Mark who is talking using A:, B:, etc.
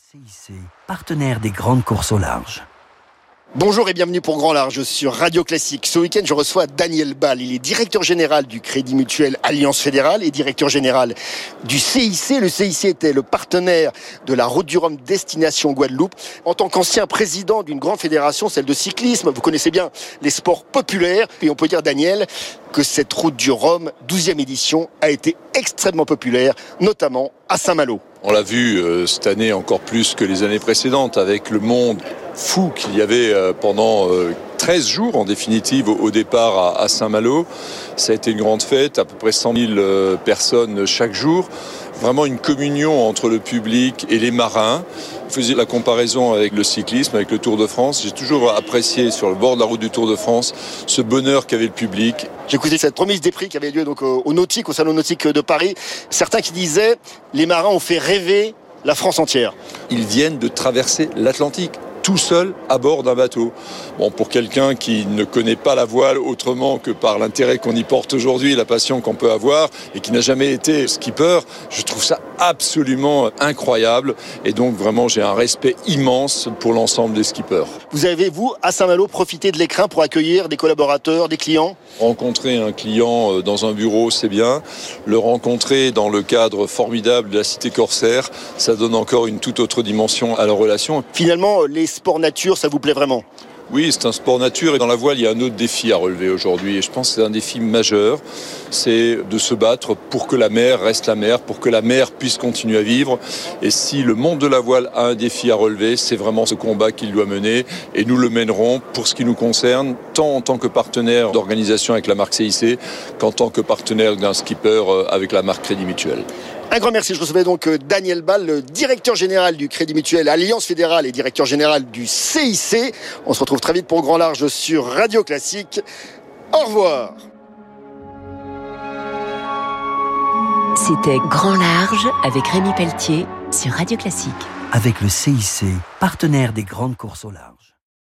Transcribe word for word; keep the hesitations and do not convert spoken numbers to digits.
A: C I C, partenaire des grandes courses au large.
B: Bonjour et bienvenue pour Grand Large sur Radio Classique. Ce week-end, je reçois Daniel Ball. Il est directeur général du Crédit Mutuel Alliance Fédérale et directeur général du C I C. Le C I C était le partenaire de la Route du Rhum destination Guadeloupe. En tant qu'ancien président d'une grande fédération, celle de cyclisme, vous connaissez bien les sports populaires. Et on peut dire, Daniel, que cette Route du Rhum, douzième édition, a été extrêmement populaire, notamment à Saint-Malo.
C: On l'a vu euh, cette année encore plus que les années précédentes avec le monde fou qu'il y avait euh, pendant euh, treize jours en définitive au, au départ à, à Saint-Malo. Ça a été une grande fête, à peu près cent mille euh, personnes chaque jour. Vraiment une communion entre le public et les marins. Je faisais la comparaison avec le cyclisme, avec le Tour de France. J'ai toujours apprécié sur le bord de la route du Tour de France ce bonheur qu'avait le public.
B: J'ai écouté cette remise des prix qui avait lieu donc au Nautique, au Salon Nautique de Paris. Certains qui disaient les marins ont fait rêver la France entière.
C: Ils viennent de traverser l'Atlantique tout seul à bord d'un bateau. Bon, pour quelqu'un qui ne connaît pas la voile autrement que par l'intérêt qu'on y porte aujourd'hui, la passion qu'on peut avoir et qui n'a jamais été skipper, je trouve ça absolument incroyable et donc vraiment j'ai un respect immense pour l'ensemble des skippers.
B: Vous avez, vous, à Saint-Malo, profité de l'écrin pour accueillir des collaborateurs, des clients ?
C: Rencontrer un client dans un bureau, c'est bien. Le rencontrer dans le cadre formidable de la cité corsaire, ça donne encore une toute autre dimension à la relation.
B: Finalement, les sports nature, ça vous plaît vraiment ?
C: Oui, c'est un sport nature et dans la voile, il y a un autre défi à relever aujourd'hui et je pense que c'est un défi majeur, c'est de se battre pour que la mer reste la mer, pour que la mer puisse continuer à vivre et si le monde de la voile a un défi à relever, c'est vraiment ce combat qu'il doit mener et nous le mènerons pour ce qui nous concerne, tant en tant que partenaire d'organisation avec la marque C I C qu'en tant que partenaire d'un skipper avec la marque Crédit Mutuel.
B: Un grand merci. Je recevais donc Daniel Ball, le directeur général du Crédit Mutuel Alliance Fédérale et directeur général du C I C. On se retrouve très vite pour Grand Large sur Radio Classique. Au revoir.
D: C'était Grand Large avec Rémi Pelletier sur Radio Classique.
A: Avec le C I C, partenaire des grandes courses au large.